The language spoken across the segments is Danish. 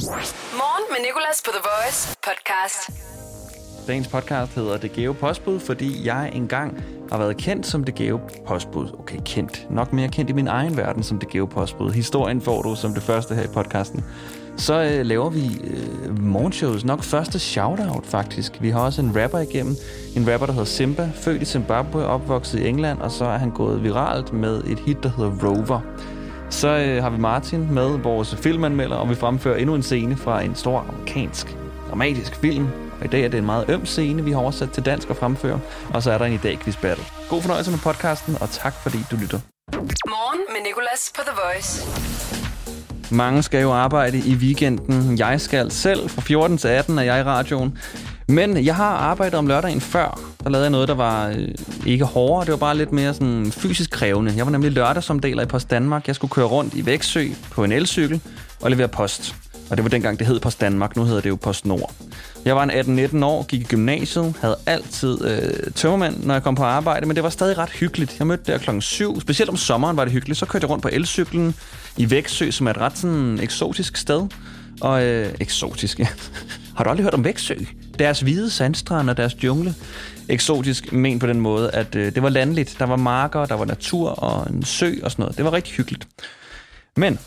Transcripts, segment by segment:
Morgen med Nicolas på The Voice podcast. Dagens podcast hedder Det Gæve Postbud, fordi jeg engang har været kendt som Det Gæve Postbud. Okay, kendt. Nok mere kendt i min egen verden som Det Gæve Postbud. Historien får du som det første her i podcasten. Så laver vi morgenshows. Nok første shoutout, faktisk. Vi har også en rapper igennem. En rapper, der hedder Simba. Født i Zimbabwe, opvokset i England. Og så er han gået viralt med et hit, der hedder Rover. Så har vi Martin med, vores filmanmelder, og vi fremfører endnu en scene fra en stor amerikansk dramatisk film. Og i dag er det en meget øm scene, vi har oversat til dansk og fremfører. Og så er der en i dag quiz battle. God fornøjelse med podcasten, og tak fordi du lytter. Morgen med Nicolas på The Voice. Mange skal jo arbejde i weekenden. Jeg skal selv. Fra 14 til 18 er jeg i radioen. Men jeg har arbejdet om lørdagen før. Der lavede jeg noget, der var ikke hårdere. Det var bare lidt mere sådan fysisk krævende. Jeg var nemlig lørdagsomdeler i Post Danmark. Jeg skulle køre rundt i Växjö på en elcykel og levere post. Og det var dengang, det hed Post Danmark. Nu hedder det jo Post Nord. Jeg var en 18-19 år, gik i gymnasiet, havde altid tømmermand, når jeg kom på arbejde, men det var stadig ret hyggeligt. Jeg mødte der klokken 7. Specielt om sommeren var det hyggeligt. Så kørte jeg rundt på elcyklen i Växjö, som er et ret sådan eksotisk sted. Og eksotisk, ja. Har du aldrig hørt om Växjö? Deres hvide sandstrand og deres jungle. Eksotisk ment på den måde, at det var landligt. Der var marker, der var natur og en sø og sådan noget. Det var rigtig hyggeligt. Men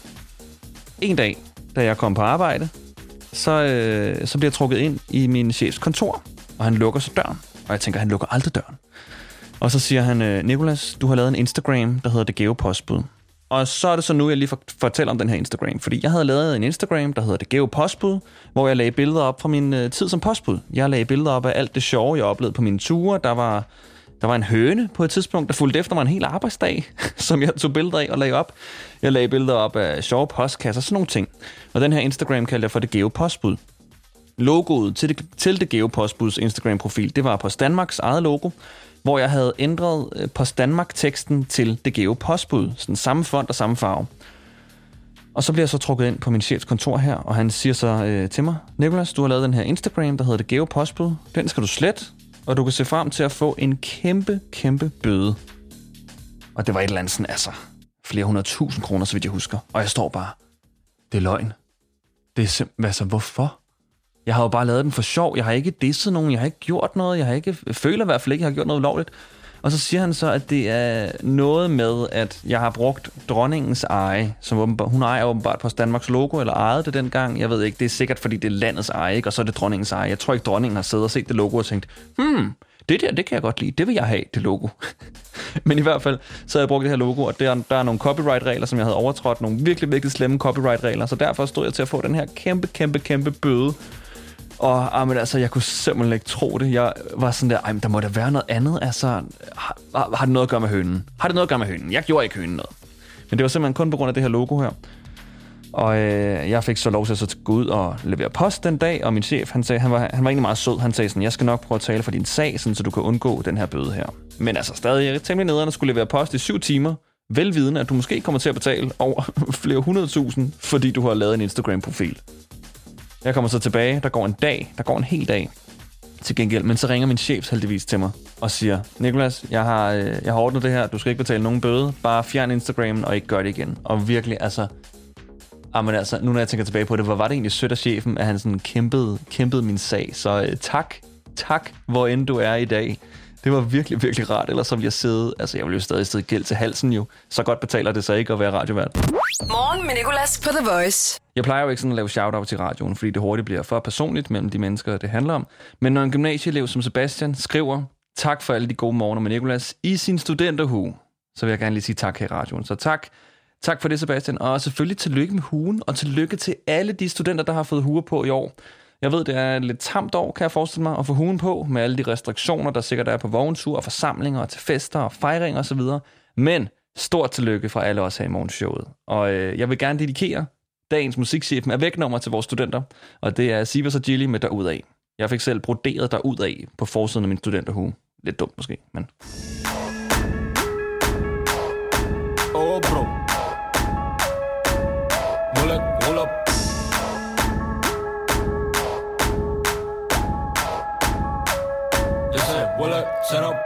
en dag, da jeg kom på arbejde, så bliver jeg trukket ind i min chefs kontor, og han lukker så døren. Og jeg tænker, han lukker aldrig døren. Og så siger han, Nicolas, du har lavet en Instagram, der hedder Det Gæve Postbud. Og så er det så nu, jeg lige fortæller om den her Instagram. Fordi jeg havde lavet en Instagram, der hedder Det Gæve Postbud, hvor jeg lagde billeder op fra min tid som postbud. Jeg lagde billeder op af alt det sjove, jeg oplevede på mine ture. Der var en høne på et tidspunkt, der fulgte efter mig en hel arbejdsdag, som jeg tog billeder af og lagde op. Jeg lagde billeder op af sjove postkasser, sådan nogle ting. Og den her Instagram kaldte jeg for Det Gæve Postbud. Logoet til Det Gæve Postbuds Instagram-profil, det var Post Danmarks eget logo, hvor jeg havde ændret Post Danmark-teksten til Det Gæve Postbud. Sådan samme font og samme farve. Og så bliver jeg så trukket ind på min chefs kontor her, og han siger så til mig, Nicolas, du har lavet den her Instagram, der hedder Det Gæve Postbud. Den skal du slette, og du kan se frem til at få en kæmpe bøde. Og det var et eller andet sådan, flere 100.000 kroner, så vidt jeg husker. Og jeg står bare, det er løgn. Det er simpelthen, hvorfor? Jeg har jo bare lavet den for sjov. Jeg har ikke disset nogen. Jeg har ikke gjort noget. Jeg føler i hvert fald ikke, jeg har gjort noget ulovligt. Og så siger han så, at det er noget med, at jeg har brugt dronningens eje, som hun ejer åbenbart Post Danmarks logo, eller ejede det dengang. Jeg ved ikke, det er sikkert, fordi det er landets eje, ikke? Og så er det dronningens eje. Jeg tror ikke, dronningen har siddet og set det logo og tænkt, det der, det kan jeg godt lide. Det vil jeg have, det logo. Men i hvert fald, så har jeg brugt det her logo, og der er nogle copyright-regler, som jeg havde overtrådt. Nogle virkelig slemme copyright-regler. Så derfor stod jeg til at få den her kæmpe bøde. Og jeg kunne simpelthen ikke tro det. Jeg var sådan der, der må da være noget andet. Har det noget at gøre med hønen? Har det noget at gøre med hønen? Jeg gjorde ikke hønen noget. Men det var simpelthen kun på grund af det her logo her. Og jeg fik så lov til at gå ud og levere post den dag, og min chef, han sagde, han var egentlig meget sød. Han sagde sådan, jeg skal nok prøve at tale for din sag, sådan, så du kan undgå den her bøde her. Men stadig er jeg temmelig nederen at skulle levere post i 7 timer, velvidende, at du måske kommer til at betale over flere 100.000, fordi du har lavet en Instagram-profil. Jeg kommer så tilbage, der går en hel dag til gengæld, men så ringer min chef heldigvis til mig og siger, Nicolas, jeg har ordnet det her, du skal ikke betale nogen bøde, bare fjern Instagramen og ikke gør det igen. Og virkelig, nu når jeg tænker tilbage på det, hvor var det egentlig sødt af chefen, at han sådan kæmpede min sag. Så tak, hvor end du er i dag. Det var virkelig rart, ellers så ville jeg sidde, jeg ville jo stadig sidde gæld til halsen jo. Så godt betaler det så ikke at være radiovært. Morgen med Nicolas på The Voice. Jeg plejer jo ikke sådan at lave shout-out til radioen, fordi det hurtigt bliver for personligt mellem de mennesker, det handler om. Men når en gymnasieelev som Sebastian skriver, tak for alle de gode morgener med Nicolas i sin studenterhue, så vil jeg gerne lige sige tak her i radioen. Så tak for det, Sebastian, og selvfølgelig tillykke med hugen, og tillykke til alle de studenter, der har fået huer på i år. Jeg ved, det er et lidt tamt år, kan jeg forestille mig, at få hugen på, med alle de restriktioner, der sikkert er på vogntur og forsamlinger og til fester og fejringer osv. Men stort tillykke fra alle os her i morgenshowet. Og jeg vil gerne dedikere dagens musikchefen er væk-nummer til vores studenter, og det er Sivas og Gilly med Derudad. Jeg fik selv broderet Derudad på forsiden af min studenterhue. Lidt dumt måske, men... Oh, bro. Roll up. Jeg sagde, roll up, set up.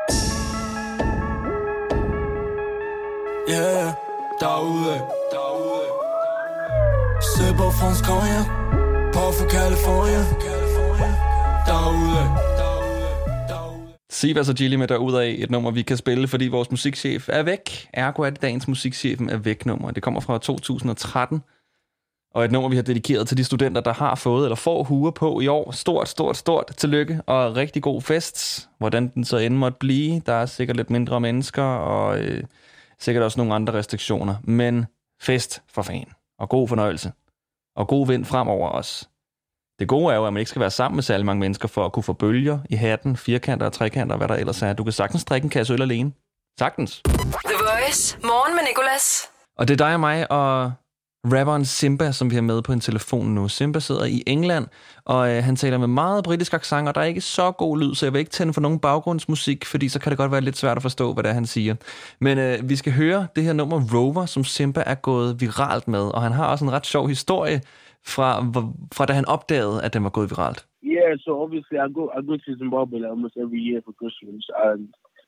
Derudad. Sipper fransk cognac. North for California. Derude. Sivas og Gilly med derudad, et nummer, vi kan spille, fordi vores musikchef er væk. Ergo er det dagens musikchefen er væk-nummer. Det kommer fra 2013, og et nummer, vi har dedikeret til de studenter, der har fået eller får huer på i år. Stort tillykke, og rigtig god fest. Hvordan den så end måtte blive. Der er sikkert lidt mindre mennesker, og sikkert også nogle andre restriktioner. Men fest for fan, og god fornøjelse, og god vind fremover også. Det gode er jo, at man ikke skal være sammen med særlig mange mennesker for at kunne få bølger i hatten, firkanter og trekanter, hvad der ellers er. Du kan sagtens drikke en kasse øl alene. Sagtens. The Voice. Morgen med Nicolas. Og det er dig og mig og rapperen Simba, som vi har med på en telefon nu. Simba sidder i England, og han taler med meget britisk accent, og der er ikke så god lyd, så jeg vil ikke tænde for nogen baggrundsmusik, fordi så kan det godt være lidt svært at forstå, hvad det er, han siger. Men vi skal høre det her nummer Rover, som Simba er gået viralt med, og han har også en ret sjov historie fra da han opdagede, at den var gået viralt. Yeah, so obviously I go to Zimbabwe like almost every year for Christmas, and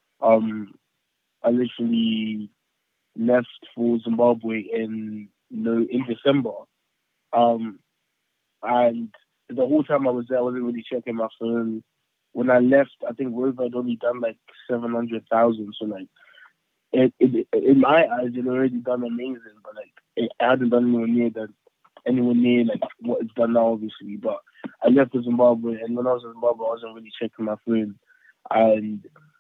I literally left for Zimbabwe in December, and the whole time I was there, I wasn't really checking my phone. When I left, I think Rover had only done like 700,000, so like it in my eyes it had already done amazing, but like it hadn't done anywhere near like what it's done now, obviously. But I left for Zimbabwe, and when I was in Zimbabwe, I wasn't really checking my phone, and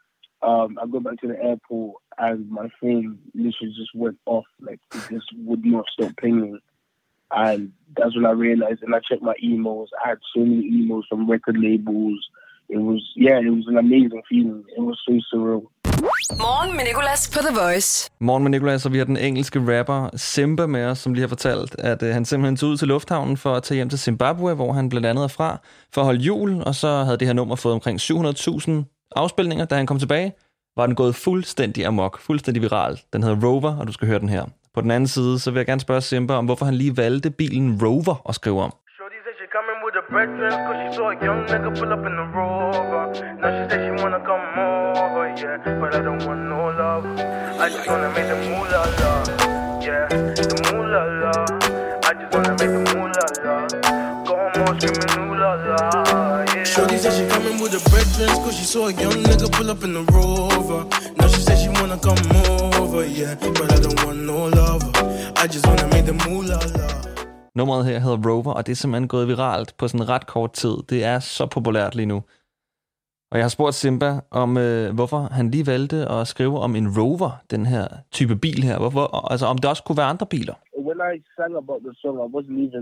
I go back to the airport, and my phone literally just went off, like it just would not stop pinging, and that's when I realized. And I checked my emails. I had so many emails from record labels. It was an amazing feeling. It was so surreal. Morgen med Nicolas på The Voice. Morgen med Nicolas, og vi har den engelske rapper Simba med os, som lige har fortalt, at han simpelthen tog ud til lufthavnen for at tage hjem til Zimbabwe, hvor han blandt andet er fra, for at holde jul, og så havde det her nummer fået omkring 700.000 afspilninger. Da han kom tilbage, var den gået fuldstændig amok, fuldstændig viral. Den hedder Rover, og du skal høre den her. På den anden side, så vil jeg gerne spørge Simba om, hvorfor han lige valgte bilen Rover at skrive om. Coming with the breakfast, cause she saw a young nigga pull up in the Rover. Now she said she wanna come over, yeah, but I don't want no love. I just wanna make the moolah la, yeah, the moolah la. I just wanna make the moolah la. Go on more screaming moolah la, yeah. Shorty said she coming with the breakfast, cause she saw a young nigga pull up in the Rover. Now she said she wanna come over, yeah, but I don't want no love. I just wanna make the moolah la. Nummeret her hedder Rover, og det er simpelthen gået viralt på sådan ret kort tid. Det er så populært lige nu. Og jeg har spurgt Simba om, hvorfor han lige valgte at skrive om en Rover, den her type bil her. Altså om det også kunne være andre biler. When I sang about the song, I wasn't even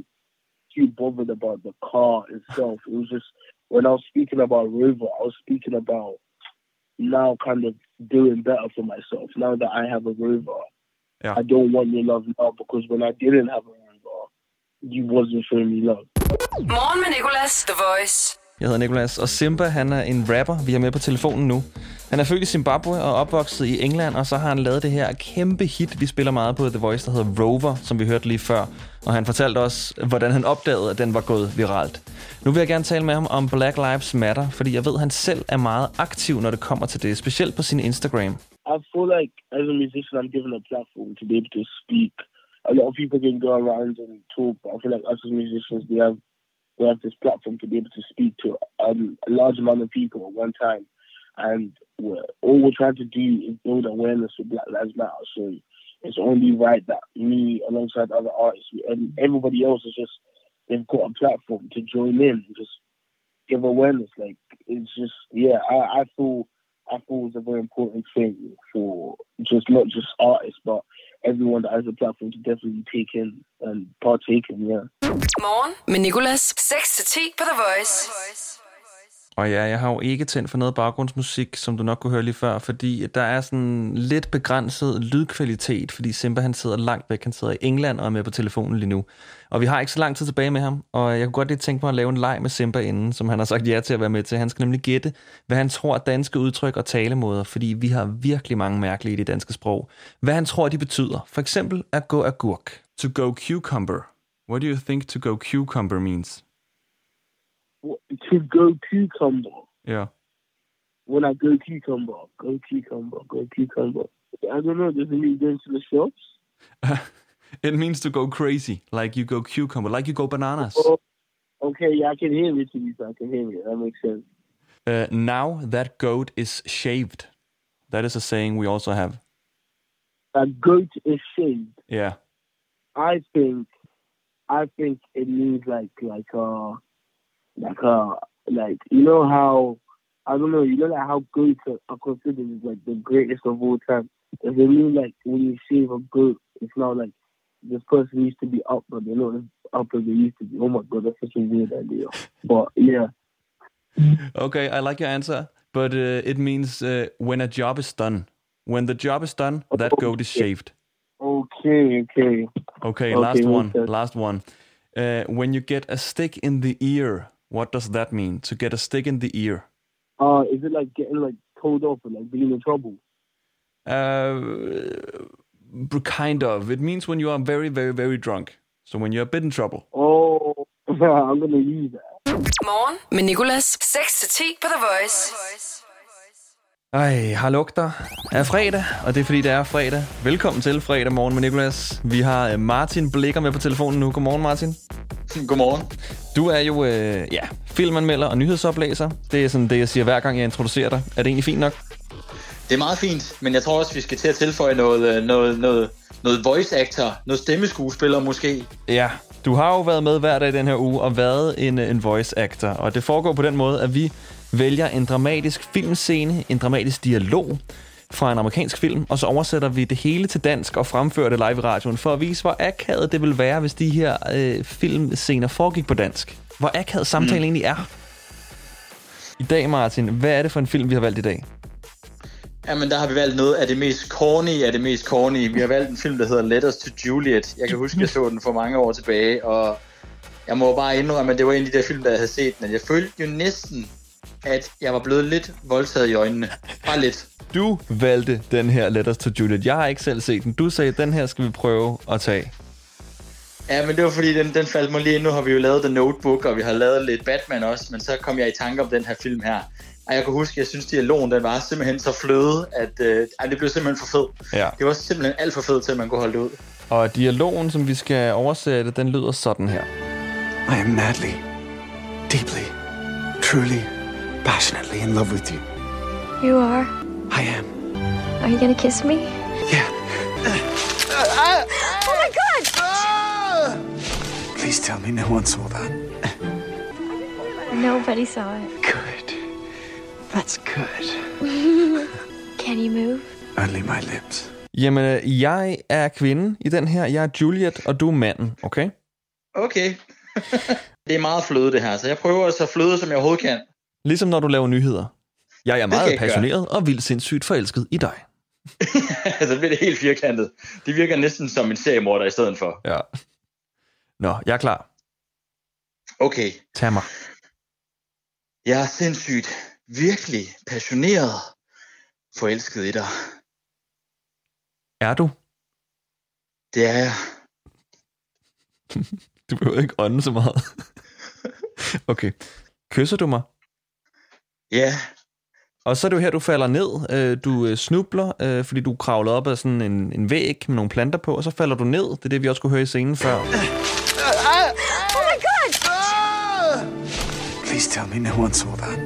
too bothered about the car itself. It was just, when I was speaking about Rover, I was speaking about now kind of doing better for myself. Now that I have a Rover, yeah. I don't want your love now, because when I didn't have a Rover, you wasn't showing me love. Morgen med Nicolas, The Voice. Jeg hedder Nicolas, og Simba, han er en rapper, vi har med på telefonen nu. Han er født i Zimbabwe og opvokset i England, og så har han lavet det her kæmpe hit, vi spiller meget på The Voice, der hedder Rover, som vi hørte lige før. Og han fortalte også, hvordan han opdagede, at den var gået viralt. Nu vil jeg gerne tale med ham om Black Lives Matter, fordi jeg ved, at han selv er meget aktiv, når det kommer til det, specielt på sin Instagram. I feel like as a musician, I'm given a platform to be able to speak. A lot of people can go around and talk, but I feel like us as musicians, we have this platform to be able to speak to a large amount of people at one time. And all we're trying to do is build awareness for Black Lives Matter. So it's only right that me, alongside other artists, and everybody else is just, they've got a platform to join in and just give awareness. Like, it's just, yeah, I feel it's a very important thing for just not just artists, but everyone that has a platform to definitely take in and partake in, yeah. Morgen med Nicolas, 6-10 på The Voice. Og ja, jeg har jo ikke tændt for noget baggrundsmusik, som du nok kunne høre lige før, fordi der er sådan lidt begrænset lydkvalitet, fordi Simba han sidder langt væk, han sidder i England og er med på telefonen lige nu. Og vi har ikke så lang tid tilbage med ham, og jeg kunne godt lige tænke mig at lave en leg med Simba inden, som han har sagt ja til at være med til. Han skal nemlig gætte, hvad han tror danske udtryk og talemåder, fordi vi har virkelig mange mærkelige i det danske sprog. Hvad han tror, de betyder. For eksempel at gå agurk. To go cucumber. What do you think to go cucumber means? To go cucumber. Yeah. When I go cucumber. I don't know, does it mean going to the shops? It means to go crazy, like you go cucumber, like you go bananas. Okay, yeah, I can hear it. I can hear it. That makes sense. Now that goat is shaved. That is a saying we also have. A goat is shaved. Yeah. I think it means like you know how, I don't know, you know like how goats are considered as like the greatest of all time. Does it mean like when you shave a goat, it's now like this person used to be up, but they're not as up as they used to be? Oh my god, that's such a weird idea. But yeah. Okay, I like your answer, but it means when a job is done. When the job is done, that goat is shaved. Okay. Okay, last one. When you get a stick in the ear, what does that mean? To get a stick in the ear? Is it like getting like told off or like being in trouble? Kind of. It means when you are very, very, very drunk. So when you're a bit in trouble. Oh, I'm gonna use that. Morgen med Nicolas. 6-10 på The Voice. Ej, har lugter af fredag, og det er fordi, det er fredag. Velkommen til fredag morgen med Nicolas. Vi har Martin Blikker med på telefonen nu. Godmorgen, Martin. Godmorgen. Du er jo filmanmelder og nyhedsoplæser. Det er sådan det, jeg siger hver gang, jeg introducerer dig. Er det egentlig fint nok? Det er meget fint, men jeg tror også, vi skal til at tilføje noget voice actor, noget stemmeskuespiller måske. Ja, du har jo været med hver dag den her uge og været en voice actor. Og det foregår på den måde, at vi vælger en dramatisk filmscene, en dramatisk dialog fra en amerikansk film, og så oversætter vi det hele til dansk og fremfører det live i radioen, for at vise, hvor akavet det vil være, hvis de her filmscener foregik på dansk. Hvor akavet samtalen egentlig er. I dag, Martin, hvad er det for en film, vi har valgt i dag? Jamen, der har vi valgt noget af det mest corny. Vi har valgt en film, der hedder Letters to Juliet. Jeg kan huske, jeg så den for mange år tilbage, og jeg må bare indrømme, at det var en af de der film, der jeg havde set den. Jeg følte jo næsten, at jeg var blevet lidt voldtaget i øjnene. Bare lidt. Du valgte den her Letters to Juliet. Jeg har ikke selv set den. Du sagde, den her skal vi prøve at tage. Ja, men det var fordi, den faldt mig lige ind. Nu har vi jo lavet The Notebook, og vi har lavet lidt Batman også, men så kom jeg i tanke om den her film her. Og jeg kan huske, at jeg synes, dialogen den var simpelthen så fløde, at det blev simpelthen for fed. Ja. Det var simpelthen alt for fed til, at man kunne holde det ud. Og dialogen, som vi skal oversætte, den lyder sådan her. I am madly, deeply, truly, passionately in love with you. You are? I am. Are you gonna kiss me? Yeah. Oh my god! Please tell me no one saw that. Nobody saw it. Good. That's good. Can you move? Only my lips. Jamen, jeg er kvinden i den her. Jeg er Juliet, og du er manden, okay? Okay. Det er meget fløde, det her, så jeg prøver så fløde, som jeg overhovedet kan. Ligesom når du laver nyheder. Jeg er meget passioneret og vildt sindssygt forelsket i dig. Så bliver det helt firkantet. Det virker næsten som en seriemorder i stedet for. Ja. Nå, jeg er klar. Okay. Tag mig. Jeg er sindssygt, virkelig passioneret forelsket i dig. Er du? Det er jeg. Du behøver ikke ånde så meget. Okay. Kysser du mig? Ja. Og så er det jo her, du falder ned. Du snubler, fordi du kravler op ad sådan en væg med nogle planter på, og så falder du ned. Det er det, vi også kunne høre i scenen før. Oh my god! Please tell me no one saw that.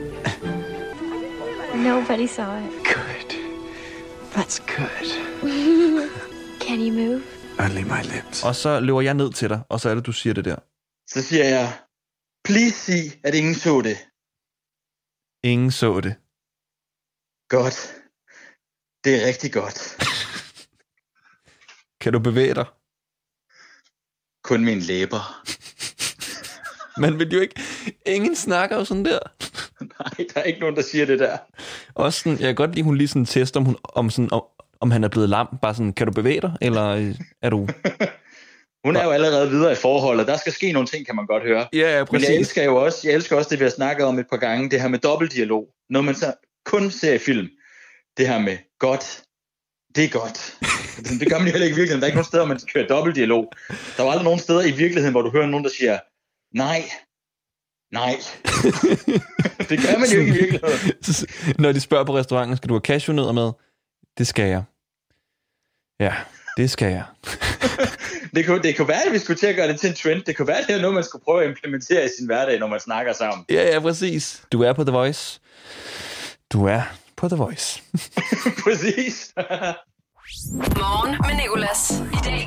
Nobody saw it. Good. That's good. Can you move? Only my lips. Og så løber jeg ned til dig, og så er det, du siger det der. Så siger jeg, please sig, at ingen så det. Ingen så det. Godt. Det er rigtig godt. Kan du bevæge dig? Kun mine læber. Man vil jo ikke... Ingen snakker jo sådan der. Nej, der er ikke nogen, der siger det der. Også sådan, jeg kan godt lide, hun lige sådan tester, om han er blevet lam. Bare sådan, kan du bevæge dig, eller er du... Hun er jo allerede videre i forholdet. Der skal ske nogle ting, kan man godt høre. Ja, præcis. Men jeg elsker også det, vi har snakket om et par gange. Det her med dobbeltdialog. Når man så kun ser i film. Det her med godt. Det er godt. Det gør man jo heller ikke i virkeligheden. Der er ikke nogen steder, man kører dobbeltdialog. Der var aldrig nogen steder i virkeligheden, hvor du hører nogen, der siger nej. Nej. Det gør man jo ikke i virkeligheden. Når de spørger på restauranten, skal du have cashewnødder med? Det skal jeg. Ja, det skal jeg. Det kunne være, at vi skulle til at gøre det til en trend. Det kunne være, at det er noget, man skulle prøve at implementere i sin hverdag, når man snakker sammen. Ja, præcis. Du er på The Voice. Du er på The Voice. Præcis. Morgen med Nicolas. I dag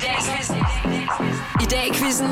i quizzen.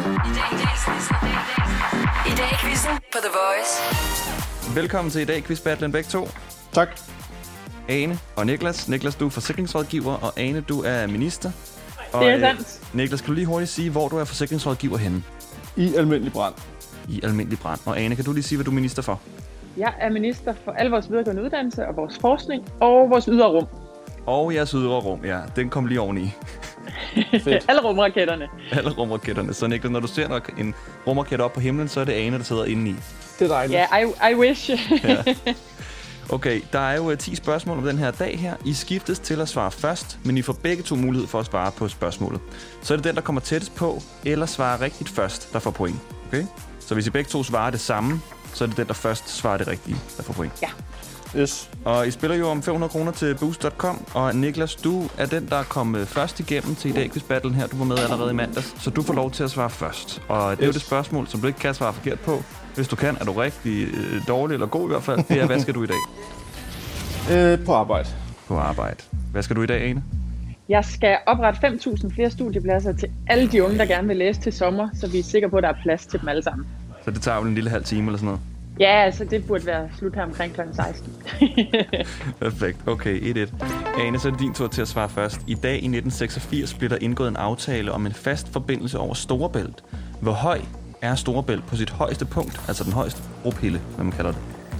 I dag i quizzen på The Voice. Velkommen til I dag quiz-battlen begge to. Tak. Ane og Niklas. Niklas, du er forsikringsrådgiver, og Ane, du er minister. Og, det er sandt. Niklas, kan du lige hurtigt sige, hvor du er forsikringsrådgiver henne? I almindelig brand. I almindelig brand. Og Ane, kan du lige sige, hvad du er minister for? Jeg er minister for al vores videregående uddannelse og vores forskning og vores ydre rum. Og jeres ydre rum, ja. Den kom lige oveni. Alle rumraketterne. Alle rumraketterne. Så Niklas, når du ser en rumraket op på himlen, så er det Ane, der sidder inde i. Det er dejligt. Ja, I wish. Ja. Okay, der er jo 10 spørgsmål om den her dag her. I skiftes til at svare først, men I får begge to mulighed for at svare på spørgsmålet. Så er det den, der kommer tættest på, eller svarer rigtigt først, der får point. Okay? Så hvis I begge to svarer det samme, så er det den, der først svarer det rigtige, der får point. Ja. Yes. Og I spiller jo om 500 kroner til Boost.com, og Niklas, du er den, der er kommet først igennem til i dag quiz-battlen her. Du var med allerede i mandags, så du får lov til at svare først. Og det er jo det spørgsmål, som du ikke kan svare forkert på. Hvis du kan, er du rigtig dårlig eller god i hvert fald. Det er, hvad skal du i dag? På arbejde. På arbejde. Hvad skal du i dag, Ane? Jeg skal oprette 5.000 flere studiepladser til alle de unge, der gerne vil læse til sommer, så vi er sikre på, at der er plads til dem alle sammen. Så det tager jo en lille halv time eller sådan noget? Ja, altså det burde være slut her omkring kl. 16. Perfekt. Okay, 1-1. Ane, så er det din tur til at svare først. I dag i 1986 blev der indgået en aftale om en fast forbindelse over Storebælt. Hvor høj er Storebælt på sit højeste punkt, altså den højeste bropille, hvad man kalder det?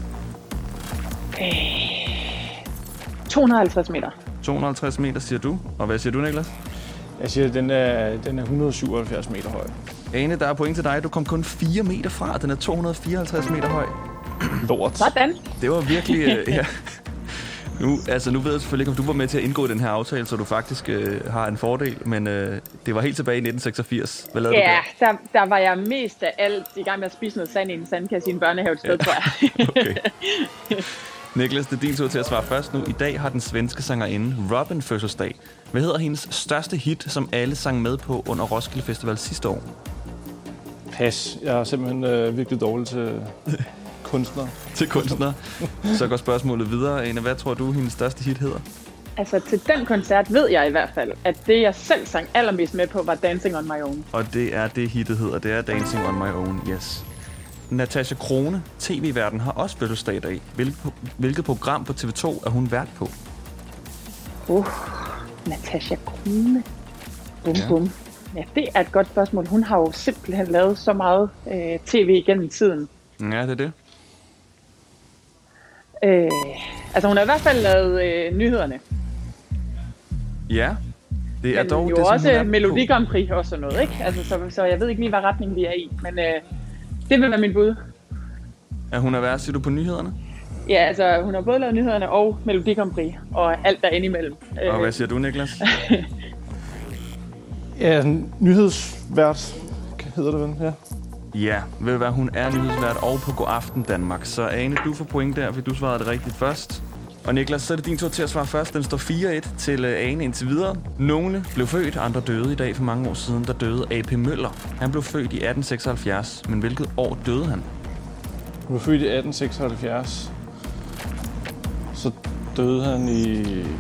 250 meter. 250 meter, siger du. Og hvad siger du, Niklas? Jeg siger, at den er 177 meter høj. Ane, der er point til dig. Du kom kun 4 meter fra. Den er 254 meter høj. Lort. Sådan. Det var virkelig... ja. Nu ved jeg selvfølgelig ikke, om du var med til at indgå den her aftale, så du faktisk har en fordel, men det var helt tilbage i 1986. Hvad lavede du der? Ja, der var jeg mest af alt i gang med at spise noget sand i en sandkasse i en børnehave et sted, tror jeg. Okay. Niklas, det er din tur til at svare først nu. I dag har den svenske sangerinde Robin fødselsdag. Hvad hedder hendes største hit, som alle sang med på under Roskilde Festival sidste år? Pas. Jeg er simpelthen virkelig dårlig til kunstnere. Til kunstnere. Så går spørgsmålet videre. Ane, hvad tror du, hendes største hit hedder? Altså, til den koncert ved jeg i hvert fald, at det, jeg selv sang allermest med på, var Dancing on My Own. Og det er det hittet hedder. Det er Dancing on My Own, yes. Natasha Crone, tv-verden, har også fødselsdag i dag. Hvilket program på TV2 er hun vært på? Natasha Crone. Bum. Ja, det er et godt spørgsmål. Hun har jo simpelthen lavet så meget tv gennem tiden. Ja, det er det. Altså, hun har i hvert fald lavet nyhederne. Ja, det er men dog jo det, også Melodi Grand Prix og sådan noget, ikke? Altså, så jeg ved ikke lige, hvad retning vi er i, men det vil være min bud. Er hun vært, siger du, på nyhederne? Ja, altså, hun har både lavet nyhederne og Melodi Grand Prix, og alt derinde imellem. Og hvad siger du, Niklas? Ja, nyhedsvært hedder det vel, ja. Ja, ved hvad, hun er nyhedsvært og på God Aften Danmark. Så Ane, du får point der, fordi du svarede det rigtigt først. Og Niklas, så er det din tur til at svare først. Den står 4-1 til Ane indtil videre. Nogle blev født, andre døde i dag for mange år siden. Der døde A.P. Møller. Han blev født i 1876, men hvilket år døde han? Han blev født i 1876. Så døde han i...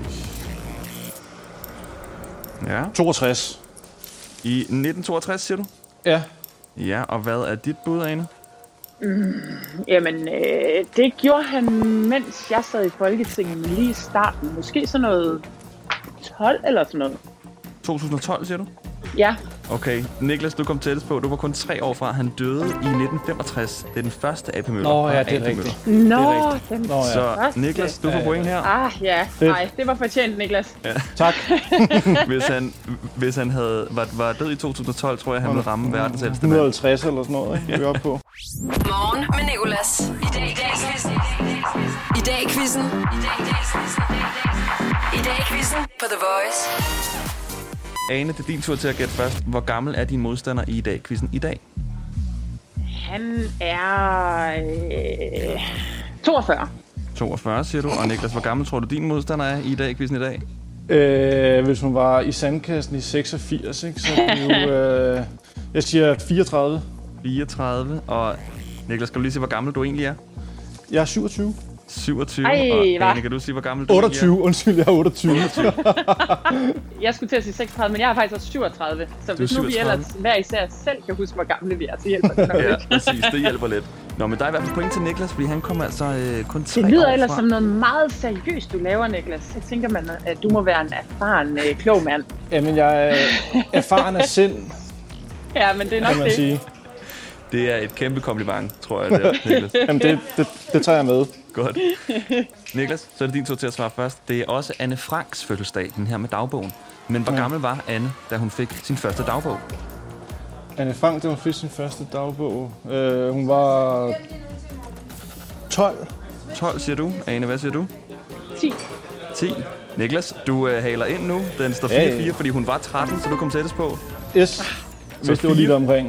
Ja. 62. I 1962, siger du? Ja. Ja, og hvad er dit bud, Ane? Jamen, det gjorde han, mens jeg sad i Folketinget, men lige i starten. Måske sådan noget 12 eller sådan noget. 2012, siger du? Ja. Okay, Niklas, du kom tættest på. Du var kun 3 år fra. Han døde i 1965. Det er den første A.P. Møller. Nå ja, det er rigtigt. Så Niklas, du får point her. Ja. Nej, det var fortjent, Niklas. Ja. Tak. hvis han var død i 2012, tror jeg, han ville ramme verdens ældste mand. 150 eller sådan noget, ikke? Vi er oppe på. Morgen med Nicolas. I dag i quizzen. I dag i quizzen på The Voice. Ane, det er din tur til at gætte først. Hvor gammel er din modstander i dag-quizzen i dag? Han er 42. 42, siger du. Og Niklas, hvor gammel tror du din modstander er i dag-quizzen i dag? Hvis hun var i sandkassen i 86, ikke, så er det jo... jeg siger 34. 34, og Niklas, skal du lige sige, hvor gammel du egentlig er? Jeg er 27. 27, Ej, og Ane, kan du sige, hvor gammel du 28, undskyld, jeg er 28. Jeg skulle til at sige 36, men jeg er faktisk også 37. Så hvis nu vi ellers hver især selv kan huske, hvor gamle vi er, så hjælper det nok Ja, ikke. præcis, det hjælper lidt. Nå, men der er i hvert fald point til Niklas, fordi han kommer altså kun 3 år Det lyder fra. ellers som noget meget seriøst, du laver, Niklas. Jeg tænker, at du må være en erfaren, klog mand. Jamen, jeg er erfaren af sind, Ja, men det er nok kan man det. sige. Det er et kæmpe kompliment, tror jeg, det er, Niklas. Jamen, det tager jeg med. Godt. Niklas, så er det din tur til at svare først. Det er også Anne Franks fødselsdag, den her med dagbogen. Men hvor gammel var Anne, da hun fik sin første dagbog? Anne Frank, da hun fik sin første dagbog. Hun var 12. 12, siger du. Ane, hvad siger du? 10. 10. Niklas, du haler ind nu. Den står 4-4, fordi hun var 13, så du kom tættest på. Yes, hvis det var lige omkring.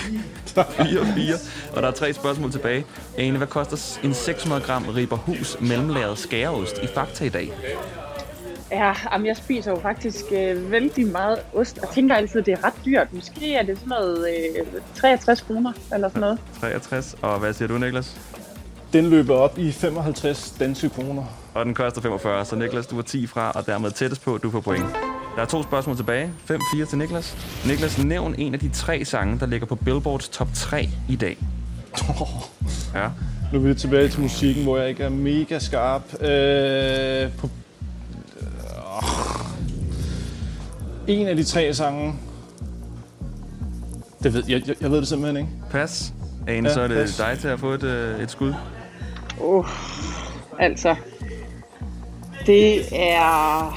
4-4, og der er 3 spørgsmål tilbage. Ane, hvad koster en 600 gram Rieberhus mellemlagret skæreost i Fakta i dag? Ja, jeg spiser jo faktisk vældig meget ost, og tænker altid, at det er ret dyrt. Måske er det sådan noget 63 kroner eller sådan noget. 63, og hvad siger du, Niklas? Den løber op i 55 danske kroner. Og den koster 45, så Niklas, du var 10 fra, og dermed tættest på, du får point. Der er 2 spørgsmål tilbage. 5-4 til Niklas. Niklas, nævn en af de 3 sange, der ligger på Billboards top 3 i dag. Ja. Nu er vi tilbage til musikken, hvor jeg ikke er mega skarp. En af de 3 sange... Det ved jeg ved det simpelthen ikke. Pas. Ane, ja, så er det pas. Dig til at få et skud. Altså... Det er...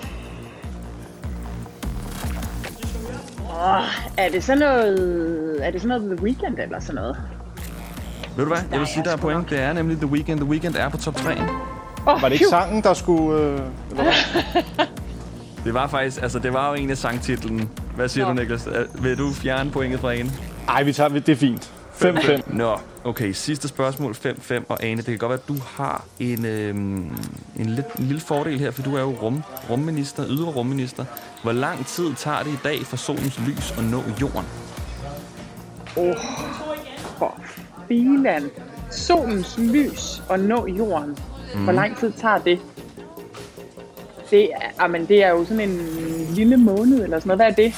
Er det sådan noget The Weeknd eller sådan noget? Ved du hvad? Jeg vil sige, der er point. Det er nemlig The Weeknd. The Weeknd er på top 3. Var det ikke sangen, der skulle... Det var faktisk... Altså, det var jo en af sangtitlen. Hvad siger du, Niklas? Vil du fjerne pointet fra Ane? Ej, det er fint. 5-5. Nå, okay. Sidste spørgsmål. 5-5. Og Ane, det kan godt være, at du har en lille fordel her, for du er jo rumminister, ydre rumminister. Hvor lang tid tager det i dag for solens lys at nå jorden? For filan. Solens lys at nå jorden. Hvor lang tid tager det? Det er jo sådan en lille måned eller sådan noget. Hvad er det?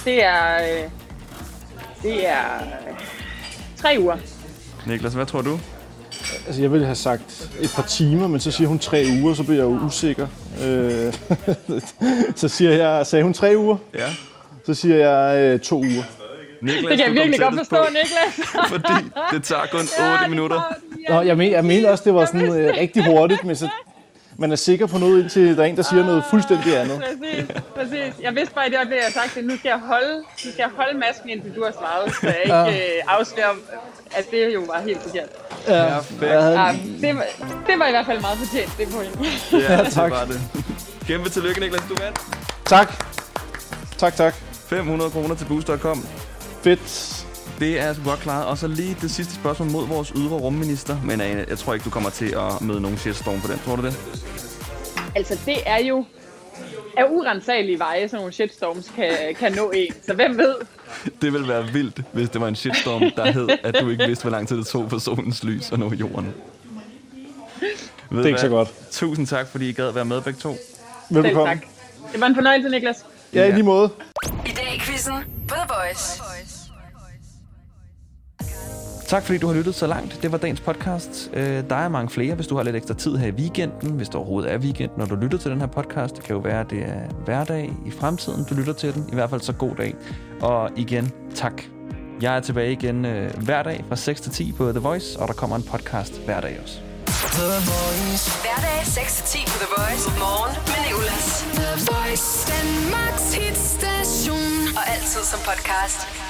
Det er 3 uger. Niklas, hvad tror du? Altså, jeg ville have sagt et par timer, men så siger hun 3 uger, så bliver jeg jo usikker. Så sagde hun 3 uger? Ja. Så siger jeg 2 uger. Niklas, det kan jeg virkelig godt forstå, Niklas. Fordi det tager kun 8 minutter. Nå, jeg mener også, det var sådan rigtig hurtigt, men så man er sikker på noget, indtil der er en, der siger noget fuldstændig andet. Præcis. Jeg vidste bare i det øjeblik, jeg har sagt det. Nu skal jeg holde masken, indtil du har svaret, så jeg ikke afslører, at det jo var helt forkert. Ja, det var i hvert fald meget fortjent, det point. Ja, tak. Det var det. Kæmpe tillykke, Niklas, du vandt. Tak. 500 kroner til Boost.com. Fedt. Det er altså godt klaret. Og så lige det sidste spørgsmål mod vores ydre rumminister. Men jeg tror ikke, du kommer til at møde nogen shitstorm på den. Tror du det? Altså, det er jo af urensagelige veje, sådan nogle shitstorms kan nå en. Så hvem ved? Det ville være vildt, hvis det var en shitstorm, der hed, at du ikke vidste, hvor lang tid det tog for solens lys at nå jorden. Det er ikke så godt. Tusind tak, fordi I gad være med begge to. Velbekomme. Tak. Det var en fornøjelse, Niklas. Ja, i lige måde. I dag i quizzen på The Voice. Tak fordi du har lyttet så langt. Det var dagens podcast. Der er mange flere, hvis du har lidt ekstra tid her i weekenden. Hvis det overhovedet er weekend, når du lytter til den her podcast. Det kan jo være, at det er hverdag i fremtiden, du lytter til den. I hvert fald så god dag. Og igen, tak. Jeg er tilbage igen hver dag fra 6 til 10 på The Voice, og der kommer en podcast hver dag også. Hverdag 6-10 på The Voice. Morgen med Nicolas. The Voice. Danmarks hitstation. Og altid som podcast.